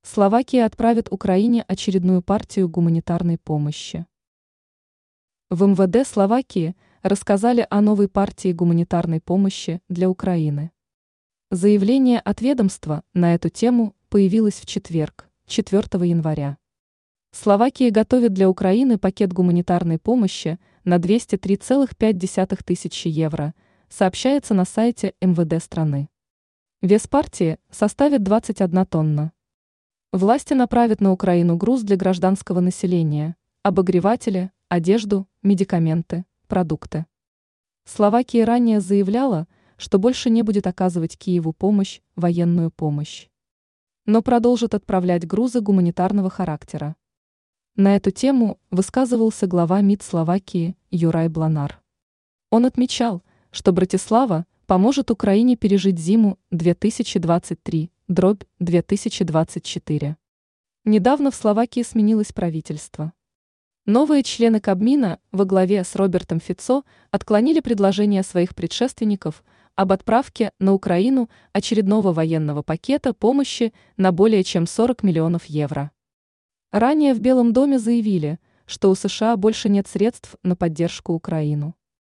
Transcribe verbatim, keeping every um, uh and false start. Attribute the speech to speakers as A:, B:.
A: Словакия отправит Украине очередную партию гуманитарной помощи. В эм вэ дэ Словакии рассказали о новой партии гуманитарной помощи для Украины. Заявление от ведомства на эту тему появилось в четверг, четвёртого января. Словакия готовит для Украины пакет гуманитарной помощи на двести три целых пять десятых тысячи евро, сообщается на сайте эм вэ дэ страны. Вес партии составит двадцать одна тонна. Власти направят на Украину груз для гражданского населения, обогреватели, одежду, медикаменты, продукты. Словакия ранее заявляла, что больше не будет оказывать Киеву помощь, военную помощь, но продолжит отправлять грузы гуманитарного характера. На эту тему высказывался глава МИД Словакии Юрай Бланар. Он отмечал, что Братислава поможет Украине пережить зиму две тысячи двадцать три - две тысячи двадцать четыре. Недавно в Словакии сменилось правительство. Новые члены Кабмина во главе с Робертом Фицо отклонили предложение своих предшественников об отправке на Украину очередного военного пакета помощи на более чем сорок миллионов евро. Ранее в Белом доме заявили, что у США больше нет средств на поддержку Украину.